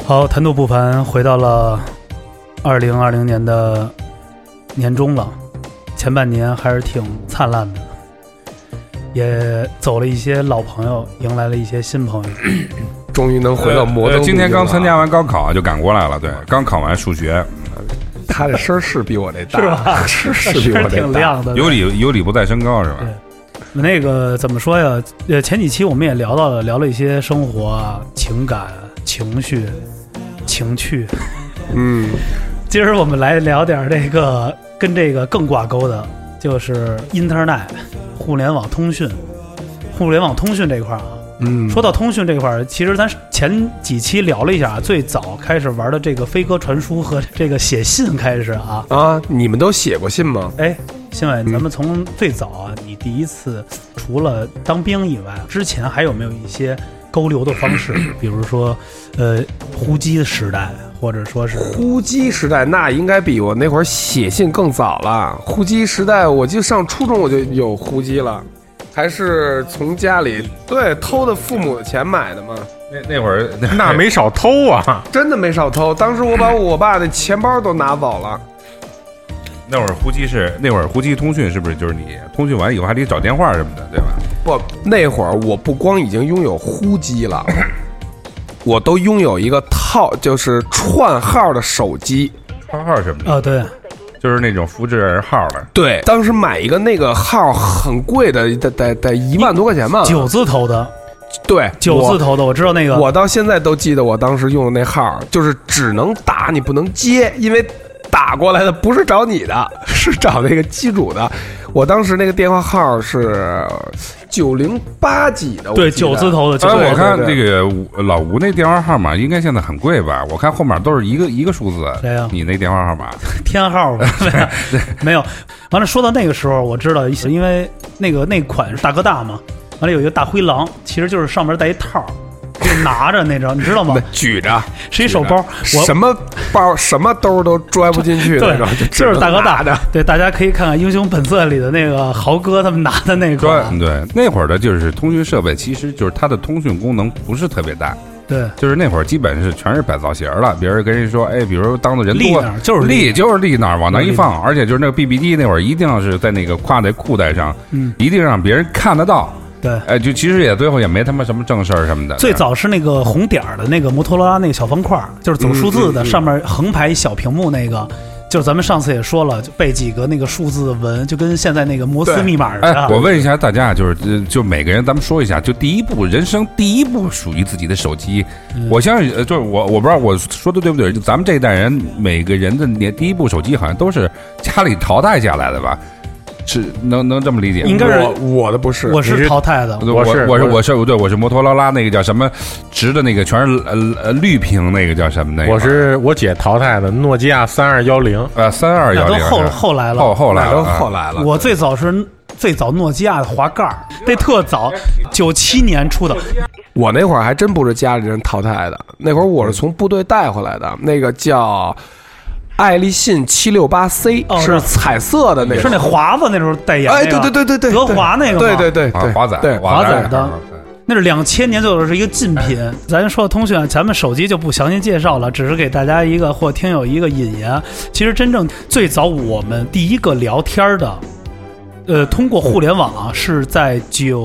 好，谈吐不凡回到了2020年的年中了，前半年还是挺灿烂的，也走了一些老朋友，迎来了一些新朋友， 终于能回到摩登。 今天刚参加完高考就赶过来了，对，刚考完数学。 他这声是比我这大， 是吧？ 是比我这大， 挺亮的， 有理不在身高是吧？ 对。那个怎么说呀？前几期我们也聊了一些生活啊、情感、情绪、情趣。今儿我们来聊点这个跟这个更挂钩的，就是 Internet 互联网通讯。互联网通讯这块啊，说到通讯这块，其实咱前几期聊了一下，最早开始玩的这个飞鸽传书和这个写信开始啊， 你们都写过信吗？ 哎。新伟，咱们从最早啊，你第一次除了当兵以外，之前还有没有一些沟流的方式？比如说，呼机的时代，或者说是呼机时代，那应该比我那会儿写信更早了。呼机时代，我记得上初中我就有呼机了，还是从家里偷的父母的钱买的嘛。 那会儿那没少偷啊， 真的没少偷。当时我把我爸的钱包都拿走了。 那会儿呼机通讯是不是就是你通讯完以后还得找电话什么的，对吧？ 不，那会儿我不光已经拥有呼机了，我都拥有一个就是串号的手机。 串号什么的啊？对， 就是那种复制号的。 对，当时买一个那个号很贵的，得1万多块钱吧 ，9字头的。 对 ，9字头的，我知道那个。 我到现在都记得我当时用的那号，就是只能打你不能接，因为打过来的不是找你的，是找那个机主的。我当时那个电话号是908几的， 对，9字头的。 我看这个老吴那电话号码应该现在很贵吧？我看后面都是一个数字。 谁呀？ 你那电话号码？ 天号吧？没有。完了，说到那个时候，我知道，因为那款是大哥大嘛，完了有一个大灰狼，其实就是上面带一套。就拿着那张，你知道吗？ 举着是一手包， 什么包什么兜都拽不进去那种， 就是大哥大的。对，大家可以看看《英雄本色》里的那个豪哥他们拿的那个。 对，那会儿的就是通讯设备，其实就是它的通讯功能不是特别大。 对， 就是那会儿基本是全是摆造型了。别人跟人说，哎，比如当的人多， 就是立那儿往那一放，而且就是那个 BB 机那会儿一定要是在那个挎在裤带上，一定让别人看得到。 对， 哎，就其实也最后也没他妈什么正事儿什么的。 最早是那个红点儿的那个摩托罗拉那个小方块，就是走数字的，上面横排一小屏幕那个，就是咱们上次也说了，就背几个那个数字文，就跟现在那个摩斯密码似的。 哎，我问一下大家，就每个人咱们说一下，就人生第一部属于自己的手机，我相信就是我不知道我说的对不对，就咱们这一代人每个人的第一部手机好像都是家里淘汰下来的吧？是能这么理解？ 应该是我的不是， 我是淘汰的。 我是摩托罗拉那个叫什么直的那个全是绿屏那个叫什么那个？ 我是我姐淘汰的诺基亚3210。 3210 都后来了， 后来了。 我最早诺基亚的滑盖儿，那特早，97年出的。 我那会儿还真不是家里人淘汰的，那会儿我是从部队带回来的，那个叫爱立信768C，是彩色的那个， 是那华子那时候代言。 哎，对， 德华那个吗？对， 华仔的，那是2000年左右是一个禁品。咱说到通讯，咱们手机就不详细介绍了，只是给大家一个或听友一个引言。其实真正最早我们第一个聊天的，通过互联网是在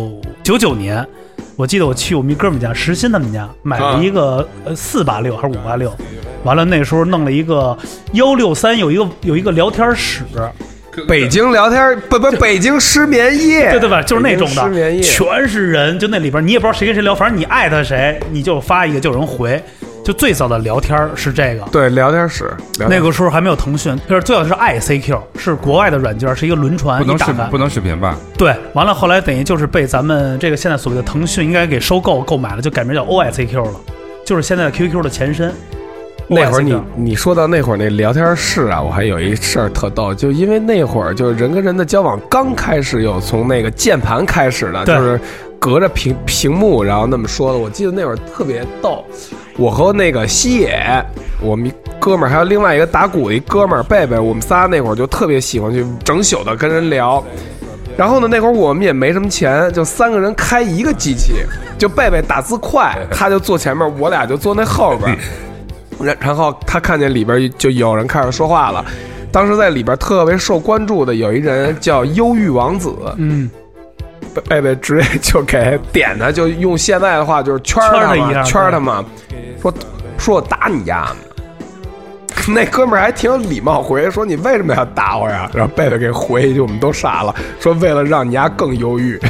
99年。我记得我去我们一哥们家，石鑫他们家买了一个486还是586，完了那时候弄了一个163，有一个聊天室， 北京聊天北京失眠夜， 对吧？就是那种的，全是人，就那里边你也不知道谁跟谁聊，反正你艾特谁，你就发一个就有人回。就最早的聊天是这个， 对，聊天室。 那个时候还没有腾讯，就是最早是 ICQ， 是国外的软件，是一个轮船， 不能视频吧？ 对，完了后来等于就是被咱们这个现在所谓的腾讯应该给购买了，就改名叫 OICQ 了，就是现在的 QQ 的前身。 那会儿你说到那会儿那聊天室啊，我还有一事儿特逗，就因为那会儿就是人跟人的交往刚开始有从那个键盘开始的，就是隔着屏幕然后那么说的。我记得那会儿特别逗，我和那个西野，我们哥们儿还有另外一个打鼓的一哥们儿贝贝，我们仨那会儿就特别喜欢去整宿的跟人聊。然后呢，那会儿我们也没什么钱，就3个人开一个机器，就贝贝打字快，他就坐前面，我俩就坐那后边。 然后他看见里边就有人开始说话了。当时在里边特别受关注的有一人叫忧郁王子，贝贝直接就给点他，就用现在的话就是圈他嘛，说我打你丫。那哥们儿还挺有礼貌，回说你为什么要打我呀？然后贝贝给回一句，我们都傻了，说为了让你丫更忧郁。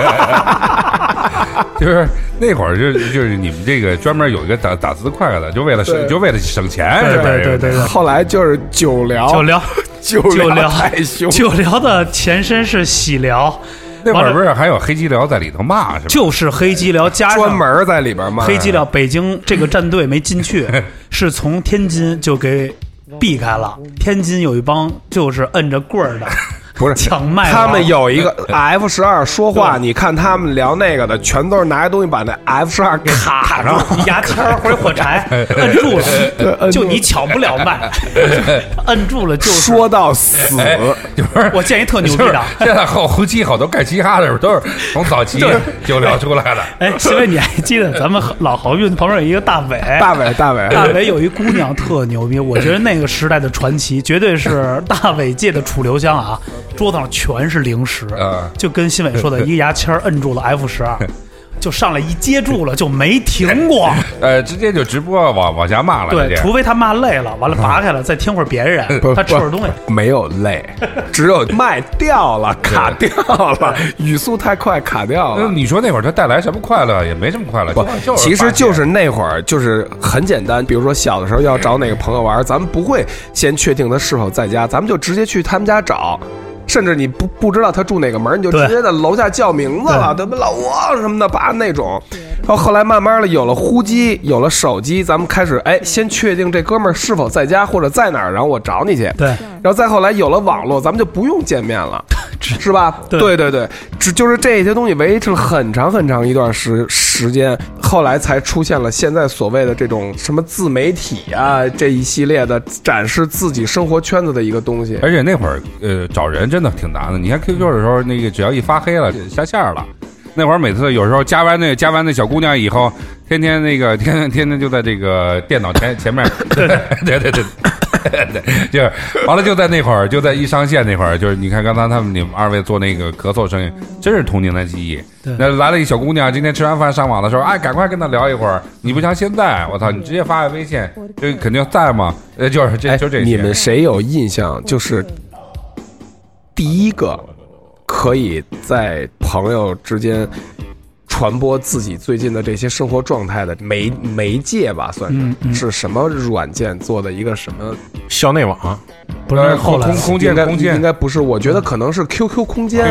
就是那会儿就是你们这个专门有一个打字快的，就为了省钱， 对。 后来就是酒疗太凶， 酒疗的前身是喜疗。 那会儿不是还有黑吉辽在里头骂是吧？ 就是黑吉辽加上专门在里边骂黑吉辽，北京这个战队没进去，是从天津就给避开了。天津有一帮就是摁着棍儿的。 不是抢麦， 他们有一个 F12 说话，你看他们聊那个的，全都是拿一东西把那 F12 卡上， 牙签或者火柴摁住了，就你抢不了麦，摁住了就说到死。 就是我见一特牛逼的， 现在后期好多干嘻哈的时候都是从早期就聊出来的。 哎，因为你还记得咱们老豪运旁边有一个大伟有一姑娘特牛逼，我觉得那个时代的传奇绝对是大伟界的楚留香啊。桌子上全是零食，就跟新伟说的，一个牙签摁住了 F12，就上来一接住了，就没停过。 直接就直播往下骂了。 对，除非他骂累了，完了拔开了，再听会儿别人，他吃会儿东西。 没有累，只有麦掉了，卡掉了，语速太快卡掉了。 你说那会儿他带来什么快乐？也没什么快乐。 其实就是那会儿就是很简单，比如说小的时候要找哪个朋友玩，咱们不会先确定他是否在家，咱们就直接去他们家找。甚至你不知道他住哪个门，你就直接在楼下叫名字了，对吧？老王什么的吧那种。然后后来慢慢的有了呼机，有了手机，咱们开始先确定这哥们儿是否在家或者在哪儿，然后我找你去。 对。 然后再后来有了网络，咱们就不用见面了，是吧？对，就是这些东西维持了很长很长一段时间，后来才出现了现在所谓的这种什么自媒体啊这一系列的展示自己生活圈子的一个东西。 而且那会儿找人真的挺难的，你看 QQ 的时候，那个只要一发黑了下线了。那会儿每次有时候加完那小姑娘以后，天天就在这个电脑前面，对，就是完了就在那会儿，就在一上线那会儿，就是你看刚才你们二位做那个咳嗽声音，真是童年的记忆。那来了一小姑娘，今天吃完饭上网的时候，赶快跟她聊一会儿。你不像现在，我操，你直接发个微信，这肯定在嘛。就是就这些。 你们谁有印象？就是第一个可以在朋友之间传播自己最近的这些生活状态的媒介吧，算是什么软件做的一个什么校内网？ 不是后来空间应该不是，我觉得可能是 QQ 空间。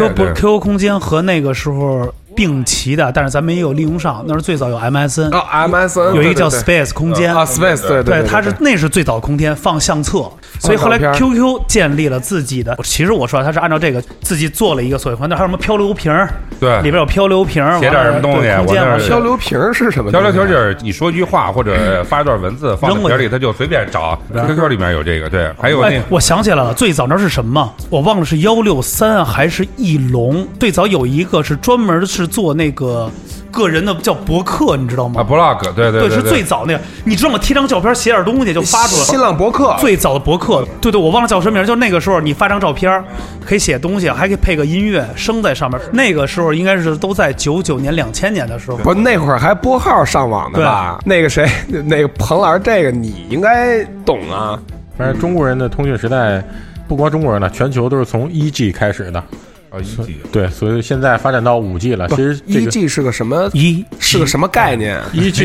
QQ 空间和那个时候并齐的，但是咱们也有利用上。那是最早有 MSN MSN 有一个叫 Space 空间 Space 对，那是最早的空间，放相册。所以后来 QQ 建立了自己的，其实我说他是按照这个自己做了一个所谓空间，还有什么漂流瓶，对，里边有漂流瓶， 写点什么东西。 漂流瓶是什么？ 漂流瓶就是你说一句话或者发一段文字放在瓶里，他就随便找。QQ 里面有这个，对，还有我想起来了，最早那是什么？我忘了是163还是翼龙。最早有一个是专门是做那个个人的叫博客，你知道吗 ？blog， 对， 是最早那个。你知道吗？贴张照片，写点东西就发出来。 新浪博客， 最早的博客，对，我忘了叫什么名，就那个时候你发张照片，可以写东西，还可以配个音乐声在上面。那个时候应该是都在99年、2000年的时候。 不，那会儿还拨号上网的吧？那个谁，那个彭老师，这个你应该懂啊。 反正中国人的通讯时代，不光中国人了，全球都是从1G 开始的。 1G 对，所以现在发展到5G 了。其实 1G 是个什么？是个什么概念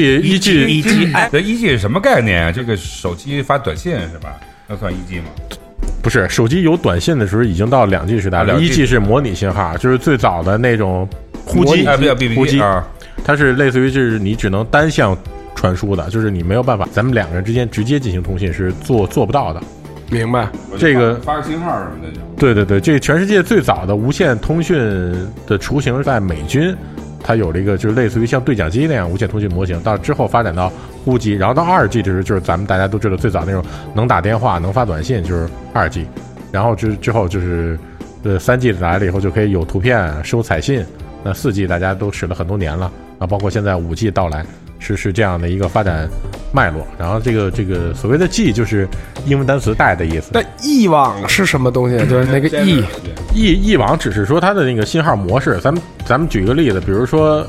？1G 是什么概念啊？这个手机发短信是吧？那算1G 吗？ 不是，手机有短信的时候已经到2G 时代了。1G 是模拟信号，就是最早的那种呼机，它是类似于就是你只能单向传输的，就是你没有办法，咱们两个人之间直接进行通信是做不到的。 明白， 这个发个信号什么的就。对，这个全世界最早的无线通讯的雏形在美军，它有了一个就是类似于像对讲机那样无线通讯模型，到之后发展到呼机，然后到2G 就是咱们大家都知道最早那种能打电话能发短信就是2G， 然后之后就是3G 来了以后就可以有图片收彩信，那4G 大家都使了很多年了，啊，包括现在5G 到来是这样的一个发展脉络。然后这个所谓的 G 就是英文单词带的意思。 那一网是什么东西？就是那个一网只是说它的那个信号模式。咱们举个例子，比如说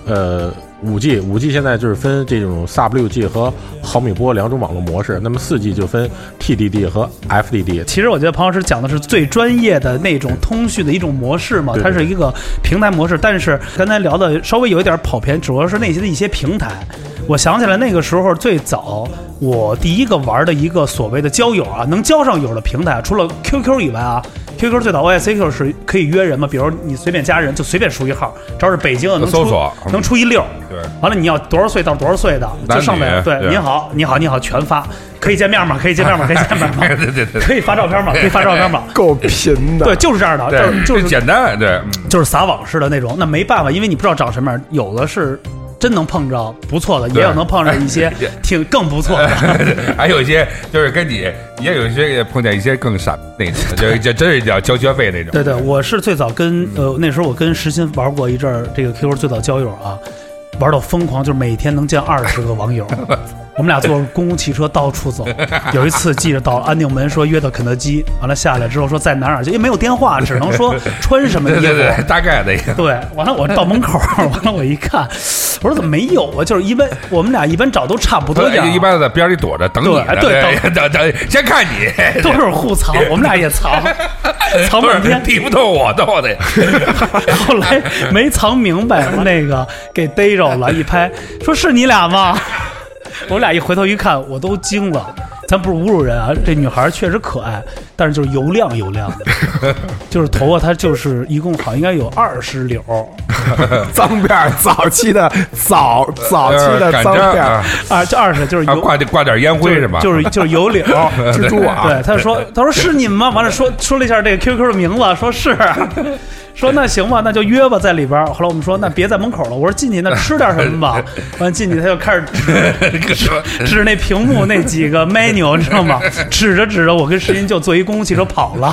5G 现在就是分这种 Sub6G 和毫米波2种网络模式，那么4G 就分 TDD 和 FDD。 其实我觉得庞老师讲的是最专业的那种通讯的一种模式嘛，它是一个平台模式。但是刚才聊的稍微有一点跑偏，主要是那些的一些平台。我想起来那个时候最早我第一个玩的一个所谓的交友啊，能交上友的平台，除了 QQ 以外啊。QQ 最早 OICQ 是可以约人嘛？比如你随便加人，就随便输一号，只要是北京的能搜索能出一溜。 对， 完了你要多少岁到多少岁的，就上面对您好你好你好全发，可以见面吗？可以见面吗？可以见面吗？ 对， 可以发照片吗？可以发照片吗？ 够贫的。 对，就是这样的，就是简单，对， 就是撒网式的那种。那没办法，因为你不知道长什么样，有的是。真能碰着不错的，也有能碰着一些挺更不错的， 还有一些就是跟你也有一些碰见一些更傻那种，就真是要交学费那种。 对，我是最早跟那时候我跟石鑫玩过一阵儿这个 QQ 最早交友啊，玩到疯狂，就是每天能见20个网友。我们俩坐公共汽车到处走，有一次记着到安定门说约到肯德基，完了下来之后说在哪儿去，因为没有电话，只能说穿什么衣服， 对，大概的一个。 对，完了我到门口，完了我一看，我说怎么没有啊？就是一般我们俩一般找都差不多样， 一般在边里躲着等你，等，先看你， 都是互藏，我们俩也藏半天， 敌不透我都得。 后来没藏明白，那个给逮着了，一拍说是你俩吗？我俩一回头一看，我都惊了。咱不是侮辱人啊，这女孩确实可爱，但是就是油亮的，就是头发她就是一共好应该有20绺， 脏辫，早期的脏辫啊，就20就是油挂点烟灰是吧？ 就是油绺， 蜘蛛网。 对，他说是你们吗？完了说了一下这个 QQ 的名字，说是。说那行吧，那就约吧，在里边。后来我们说那别在门口了，我说进去那吃点什么吧。完进去他就开始指那屏幕那几个 menu， 知道吗？指着，我跟石鑫就坐一公共汽车跑了。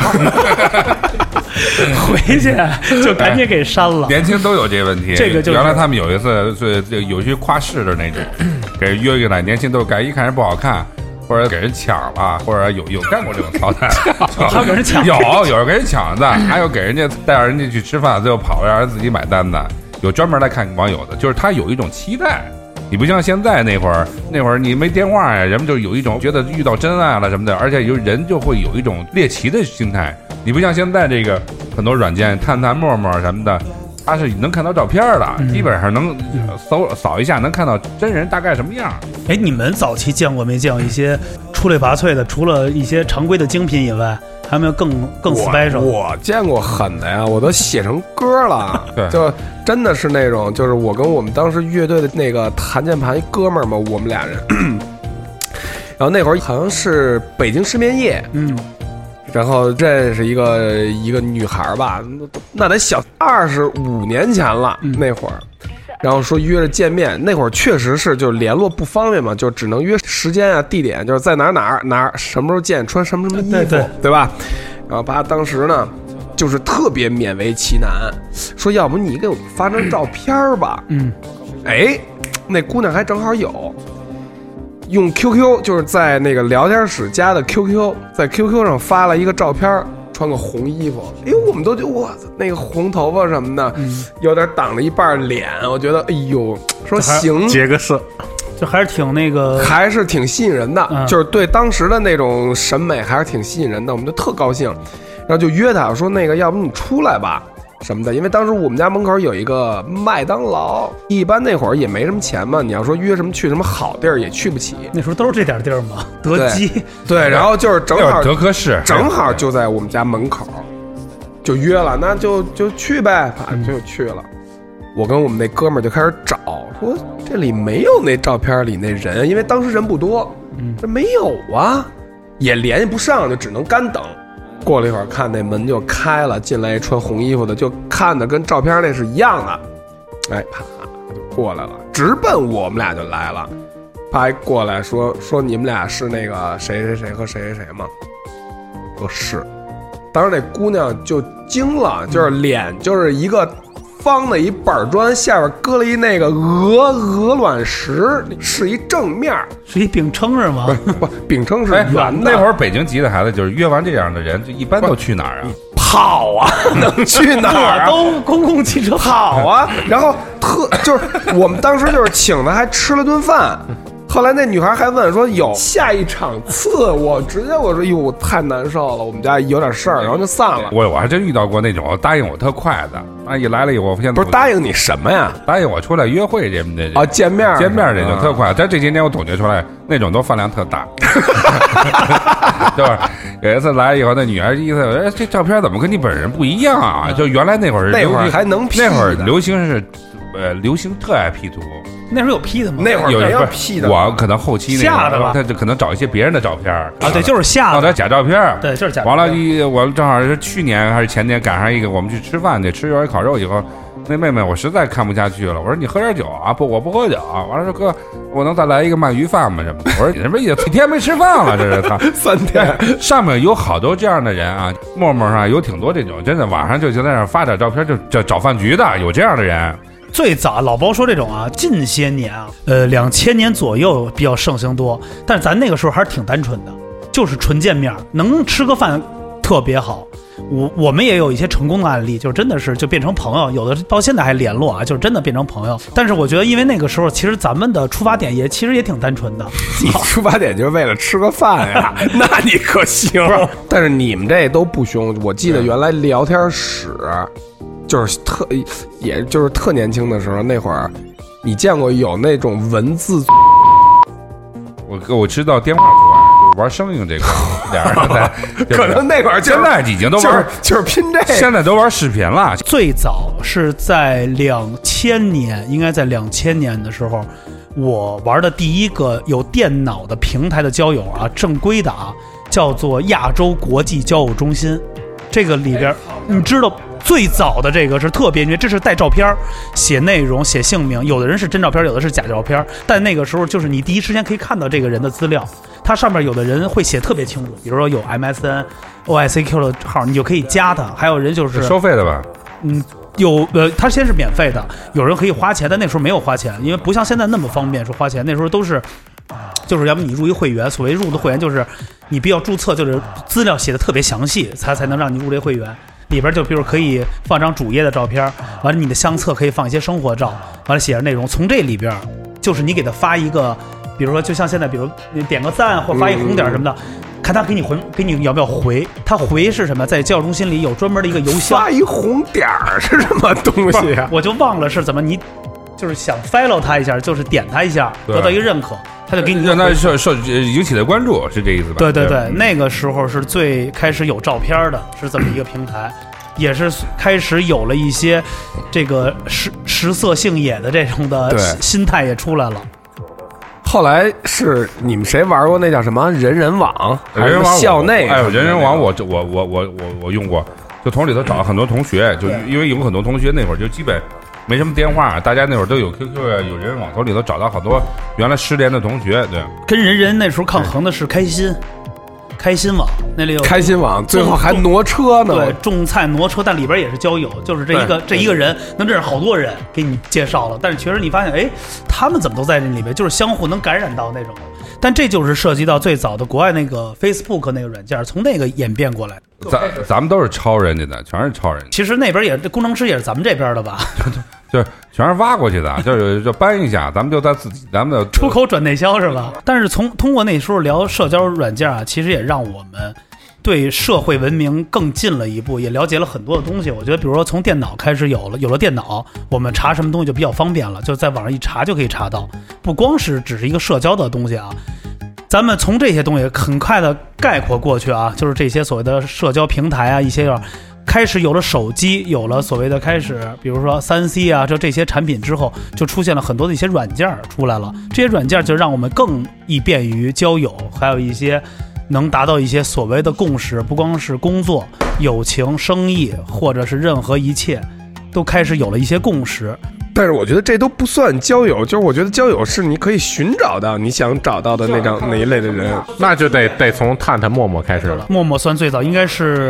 回去就赶紧给删了。 年轻都有这问题。 这个就是原来他们有一次有些夸饰的那种，给人约一个来，年轻都一看人不好看。或者给人抢了，或者有干过这种操蛋， 还有给人抢， 有人给人抢的，还有给人家带着人家去吃饭，最后跑了让人自己买单的，有专门来看网友的，就是他有一种期待。你不像现在那会儿你没电话呀，人们就有一种觉得遇到真爱了什么的，而且人就会有一种猎奇的心态。你不像现在这个很多软件，探探、陌陌什么的。他是能看到照片的，基本上能扫一下能看到真人大概什么样。 哎，你们早期见过没见过一些出类拔萃的？除了一些常规的精品以外，还有没有更 special？ 我见过狠的呀，我都写成歌了。 对， 就真的是那种，就是我跟我们当时乐队的那个弹键盘一哥们儿嘛，我们俩人。然后那会儿好像是北京失眠夜，然后认识一个女孩吧，那得小25年前了，那会儿，然后说约着见面，那会儿确实是就联络不方便嘛，就只能约时间啊、地点，就是在哪儿，什么时候见，穿什么衣服，对吧？然后他当时呢，就是特别勉为其难，说要不你给我发张照片吧，哎，那姑娘还正好有。用 QQ 就是在那个聊天室加的 QQ， 在 QQ 上发了一个照片，穿个红衣服，哎呦，我们都觉得哇，那个红头发什么的，有点挡了一半脸，我觉得哎呦，说行， 结个色， 就还是挺那个， 还是挺吸引人的，就是对当时的那种审美还是挺吸引人的，我们就特高兴，然后就约他说那个，要不你出来吧。什么的，因为当时我们家门口有一个麦当劳，一般那会儿也没什么钱嘛，你要说约什么去什么好地儿也去不起， 那时候都是这点地儿嘛，德基， 对，然后就是正好德科士， 正好就在我们家门口，就约了，那就去呗，就去了。我跟我们那哥们儿就开始找，说这里没有那照片里那人，因为当时人不多，这没有啊，也联系不上，就只能干等。过了一会儿，看那门就开了，进来穿红衣服的，就看的跟照片那是一样的。哎，啪就过来了，直奔我们俩就来了。啪过来说你们俩是那个谁谁谁和谁谁谁吗？说是。当时那姑娘就惊了，就是脸就是一个方的一板砖，下边搁了一那个鹅卵石，是一正面， 是一饼铛是吗？ 不，饼铛是圆的。 那会儿北京籍的孩子就是约完这样的人，就一般都去哪儿啊？ 跑啊，能去哪儿啊？ 都公共汽车跑啊。然后就是我们当时就是请他，还吃了顿饭。后来那女孩还问说有下一场次，我直接我说哟太难受了，我们家有点事儿，然后就散了。 我还真遇到过那种答应我特快的，啊一来了以后，我现在不是答应你什么呀？ 答应我出来约会这啊见面这种特快。但这些年我总结出来，那种都饭量特大，对吧？有一次来以后，那女孩意思，这照片怎么跟你本人不一样啊？就原来那会儿还能 P， 那会儿流行是流行特爱 P 图。 那时候有 P 的吗？ 那会儿没有 P 的， 我可能后期下的吧， 他就可能找一些别人的照片啊，对，就是下的， 弄点假照片， 对，就是假。 完了，我正好是去年还是前年赶上一个，我们去吃饭去，吃一烤肉以后，那妹妹我实在看不下去了，我说你喝点酒啊，不，我不喝酒。完了说哥，我能再来一个鳗鱼饭吗？什么的？我说你这不也几天没吃饭了？这是他 3天。 上面有好多这样的人啊，陌陌上有挺多这种，真的晚上就在那发点照片，就找饭局的，有这样的人。 最早老包说这种啊，近些年啊，2000年左右比较盛行多，但是咱那个时候还是挺单纯的，就是纯见面，能吃个饭特别好。我们也有一些成功的案例，就真的是就变成朋友，有的到现在还联络啊，就是真的变成朋友。但是我觉得，因为那个时候其实咱们的出发点其实也挺单纯的， 你出发点就是为了吃个饭呀，那你可行。但是你们这都不凶，我记得原来聊天室。就是也就是特年轻的时候，那会儿你见过有那种文字？ 我知道电话之外，就是玩声音这个，俩人在可能那会儿现在已经都玩就是拼这个， 现在都玩视频了。 最早是在2000年，应该在2000年的时候，我玩的第一个有电脑的平台的交友啊，正规的啊，叫做亚洲国际交友中心。这个里边，你知道最早的这个是特别，因为这是带照片、写内容、写姓名，有的人是真照片，有的是假照片。但那个时候就是你第一时间可以看到这个人的资料，它上面有的人会写特别清楚，比如说有 MSN、OICQ 的号，你就可以加他。还有人就是收费的吧？ 有他先是免费的，有人可以花钱，但那时候没有花钱，因为不像现在那么方便说花钱，那时候都是。就是要不你入一会员，所谓入的会员就是你必要注册，就是资料写的特别详细，才能让你入这会员。里边就比如可以放张主页的照片，完了你的相册可以放一些生活照，完了写着内容。从这里边就是你给他发一个，比如说就像现在，比如你点个赞或发一红点什么的，看他给你要不要回。他回是什么？在教育中心里有专门的一个邮箱。 发一红点是什么东西啊？ 我就忘了是怎么，你就是想 follow 他一下，就是点他一下，得到一个认可。他就给你让他受引起的关注，是这意思吧？ 对对对，那个时候是最开始有照片的，是这么一个平台，也是开始有了一些这个食色性也的这种的心态也出来了。 后来是你们谁玩过那叫什么人人网？还是校内？ 哎呦，人人网我用过，就从里头找了很多同学，就因为有很多同学那会儿就基本。没什么电话，大家那会儿都有 QQ 啊，有人网头里头找到好多原来失联的同学。对， 跟人那时候抗衡的是开心网，那里有开心网，最后还挪车呢。 对，种菜挪车，但里边也是交友，就是这一个人能认识好多人，给你介绍了。但是确实你发现，哎，他们怎么都在这里边，就是相互能感染到那种。但这就是涉及到最早的国外那个 Facebook 那个软件，从那个演变过来。 咱们都是抄人家的，全是抄人家。 其实那边也工程师也是咱们这边的吧？ 就是全是挖过去的，就搬一下，咱们就在咱们的出口转内销是吧？但是通过那时候聊社交软件啊，其实也让我们对社会文明更近了一步，也了解了很多的东西。我觉得，比如说从电脑开始有了电脑，我们查什么东西就比较方便了，就在网上一查就可以查到，不光是只是一个社交的东西啊。咱们从这些东西很快的概括过去啊，就是这些所谓的社交平台啊，一些开始有了手机，有了所谓的开始，比如说3C 啊，这些产品之后，就出现了很多的一些软件出来了。这些软件就让我们更易便于交友，还有一些能达到一些所谓的共识，不光是工作、友情、生意，或者是任何一切，都开始有了一些共识。 但是我觉得这都不算交友，就是我觉得交友是你可以寻找到你想找到的那一类的人， 那就得从探探陌陌开始了。 陌陌算最早，应该是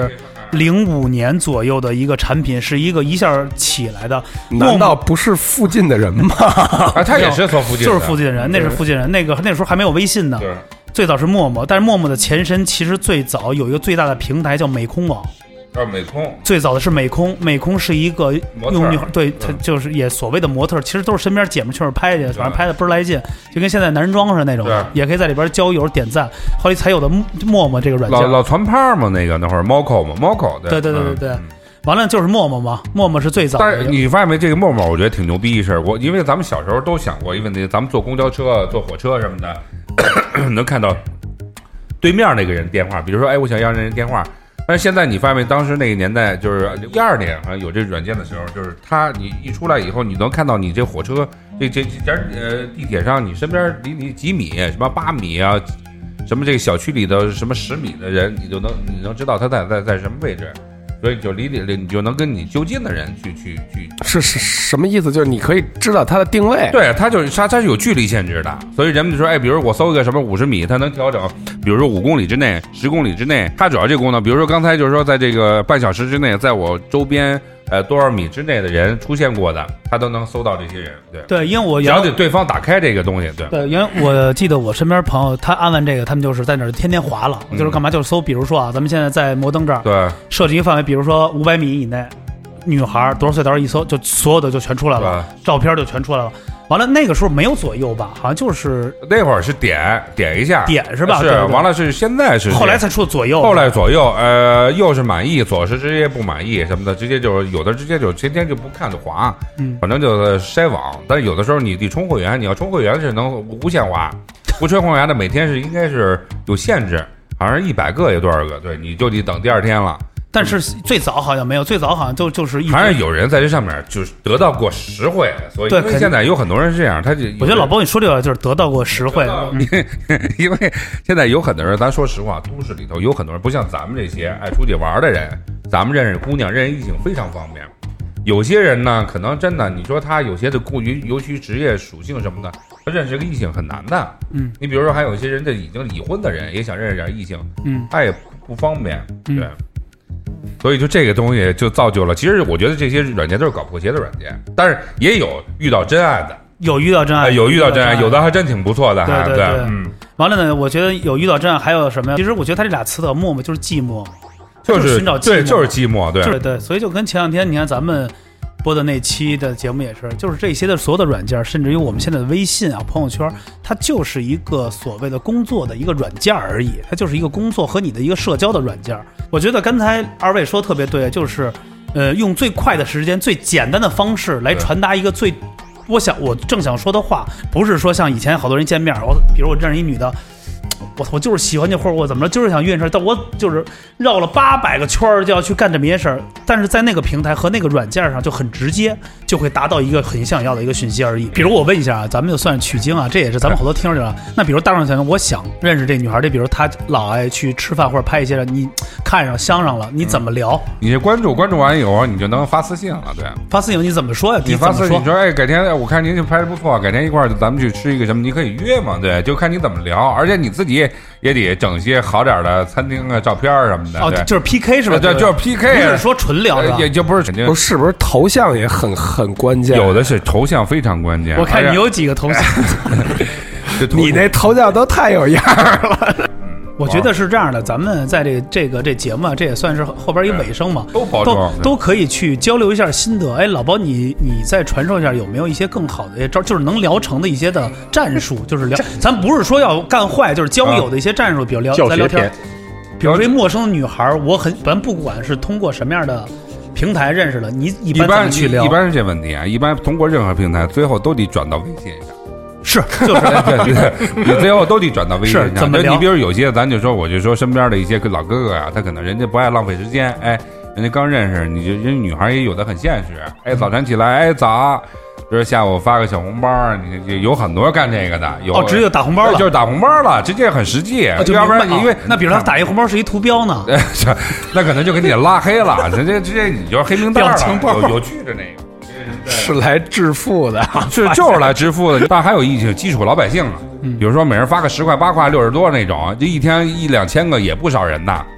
05年左右的一个产品，是一个一下起来的。 难道不是附近的人吗？ 他也是从附近， 就是附近的人，那是附近人。那时候还没有微信呢，最早是陌陌，但是陌陌的前身其实最早有一个最大的平台叫美空网。 美空最早的是美空，美空是一个用女孩，对，他就是也所谓的模特，其实都是身边姐们去那拍去，反正拍的倍儿来劲，就跟现在男人装似的那种，也可以在里边交友点赞。后来才有的陌陌这个软件， 老传炮嘛，那会儿 Moco 对。完了就是陌陌嘛，陌陌是最早的。 但是你发现没，这个陌陌我觉得挺牛逼一事。因为咱们小时候都想过一个问题，咱们坐公交车、坐火车什么的，能看到对面那个人电话，比如说，我想要人电话。但是现在你发现，当时那个年代就是12年，好像有这软件的时候，就是你一出来以后，你能看到你这火车这地铁上，你身边离你几米，什么8米啊，什么这个小区里的什么10米的人，你能知道他在什么位置。所以就你就能跟你就近的人去是什么意思？就是你可以知道它的定位。 对，它是有距离限制的，所以人们就说，比如我搜一个什么50米，它能调整，比如说5公里之内、10公里之内，它主要这个功能。比如说刚才就是说，在这个半小时之内，在我周边多少米之内的人出现过的，他都能搜到这些人。 对，因为我只要对方打开这个东西， 对，因为我记得我身边朋友他安完这个，他们就是在那儿天天滑了，就是干嘛就是搜，比如说啊，咱们现在在摩登这儿， 对， 设置一个范围，比如说500米以内，女孩多少岁多少一搜，就所有的就全出来了，照片就全出来了。完了，那个时候没有左右吧？好像就是那会儿是点一下， 点是吧？ 是，完了是现在是， 后来才出左右。 后来左右，右是满意，左是直接不满意什么的，直接就是有的直接就天天就不看就滑，反正就筛网。但是有的时候你得充会员，你要充会员是能无限滑，不充会员的每天应该是有限制，好像是100个有多少个，对，你就得等第2天了。 但是最早好像没有，最早好像就是还是有人在这上面就是得到过实惠，所以因为现在有很多人是这样， 我觉得老包你说这个就是得到过实惠， 因为现在有很多人，咱说实话，都市里头有很多人不像咱们这些爱出去玩的人，咱们认识姑娘、认识异性非常方便。有些人呢，可能真的，你说他有些的尤其职业属性什么的，他认识个异性很难的。你比如说还有一些人，这已经离婚的人也想认识点异性，他也不方便，对。所以就这个东西就造就了，其实我觉得这些软件都是搞破鞋的软件，但是也有遇到真爱的， 有遇到真爱， 有遇到真爱，有的还真挺不错的， 对，完了呢，我觉得有遇到真爱，还有什么呀？其实我觉得他这俩词的陌陌就是寂寞， 就是寻找寂寞， 对，就是寂寞， 对，所以就跟前2天你看咱们播的那期的节目也是，就是这些的所有的软件，甚至于我们现在的微信啊、朋友圈，它就是一个所谓的工作的一个软件而已，它就是一个工作和你的一个社交的软件。我觉得刚才2位说特别对，就是用最快的时间、最简单的方式来传达一个我正想说的话，不是说像以前好多人见面，比如我认识一女的。我就是喜欢你，或者我怎么着，就是想约你事儿，但我就是绕了800个圈就要去干这么些事儿。但是在那个平台和那个软件上就很直接，就会达到一个很想要的一个讯息而已。比如我问一下啊，咱们就算是取经啊，这也是咱们好多听众啊。那比如大众情况，我想认识这女孩，这比如她老爱去吃饭或者拍一些人，你看上相上了，你怎么聊？ 你这关注完以后，你就能发私信了，对。 发私信你怎么说呀？ 你发私信，你说改天我看您拍的不错，改天一块儿咱们去吃一个什么，你可以约嘛，对，就看你怎么聊，而且你自己也得整些好点的餐厅啊、照片什么的。 哦，就是 PK 是吧？ 对，就是 PK， 不是说纯聊的， 也就不是肯定。 是不是头像也很关键？ 有的是头像非常关键。 我看你有几个头像， 你那头像都太有样了。 我觉得是这样的，咱们在这节目啊，这也算是后边一尾声嘛，都可以去交流一下心得。哎，老包，你再传授一下有没有一些更好的招，就是能聊成的一些的战术，就是聊，咱不是说要干坏，就是交友的一些战术，比如咱聊天，比如说一陌生的女孩，咱不管是通过什么样的平台认识的，你一般怎么去聊？ 一般是这问题啊，一般通过任何平台，最后都得转到微信上。 是，就是对，你最后都得转到微信上。 怎么聊？ 你比如有些，咱就说，我就说身边的一些老哥哥啊，他可能人家不爱浪费时间，哎，人家刚认识，人家女孩也有的很现实，哎，早晨起来，哎，早，就是下午发个小红包，你有很多干这个的，有直接打红包了， 就是打红包了，直接很实际， 就要不然因为那比如他打一红包是一图标呢， 那可能就给你拉黑了，直接你就是黑名单了，有趣的那个。 是来致富的， 就是来致富的。但还有一些基础老百姓啊，比如说每人发个10块8块60多那种，这一天1-2千个也不少人呐。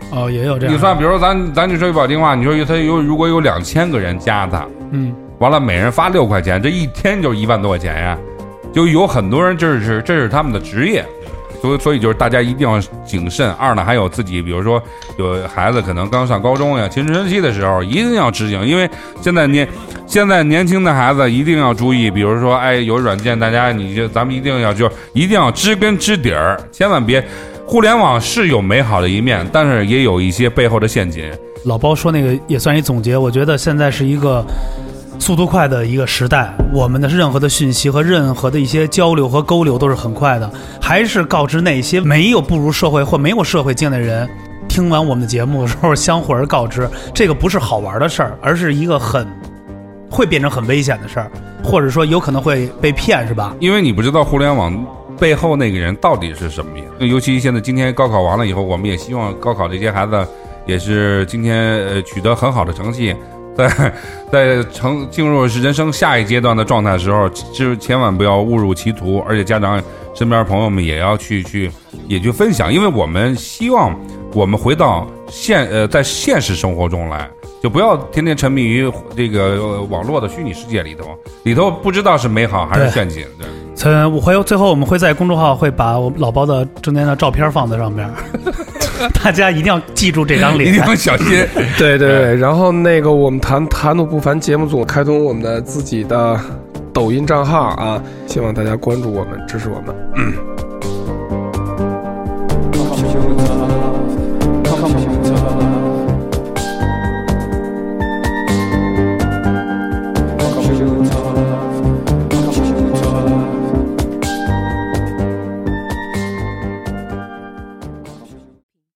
哦，也有这样。 你算，比如说咱就说句不好听话，你说他如果有2000个人加他，完了每人发6块钱，这一天就1万多块钱呀，就有很多人这是他们的职业。所以就是大家一定要谨慎。二呢，还有自己，比如说有孩子可能刚上高中呀，青春期的时候一定要执行，因为现在年轻的孩子一定要注意，比如说有软件，咱们一定要知根知底儿，千万别。互联网是有美好的一面，但是也有一些背后的陷阱。 老包说那个也算一总结，我觉得现在是一个速度快的一个时代，我们的任何的讯息和任何的一些交流和沟流都是很快的，还是告知那些没有步入社会或没有社会经验的人，听完我们的节目的时候相互而告知，这个不是好玩的事儿，而是一个会变成很危险的事儿，或者说有可能会被骗，是吧？ 因为你不知道互联网背后那个人到底是什么样，尤其今天高考完了以后，我们也希望高考这些孩子也是今天取得很好的成绩，在进入人生下一阶段的状态的时候，就千万不要误入歧途，而且家长身边朋友们也要去分享，因为我们希望我们回到在现实生活中来，就不要天天沉迷于这个网络的虚拟世界里头不知道是美好还是陷阱。对。 最后我们会在公众号会把我老包的中间的照片放在上面，大家一定要记住这张脸， 一定要小心。 对，然后我们谈吐不凡节目组开通我们的自己的抖音账号啊，希望大家关注我们，支持我们。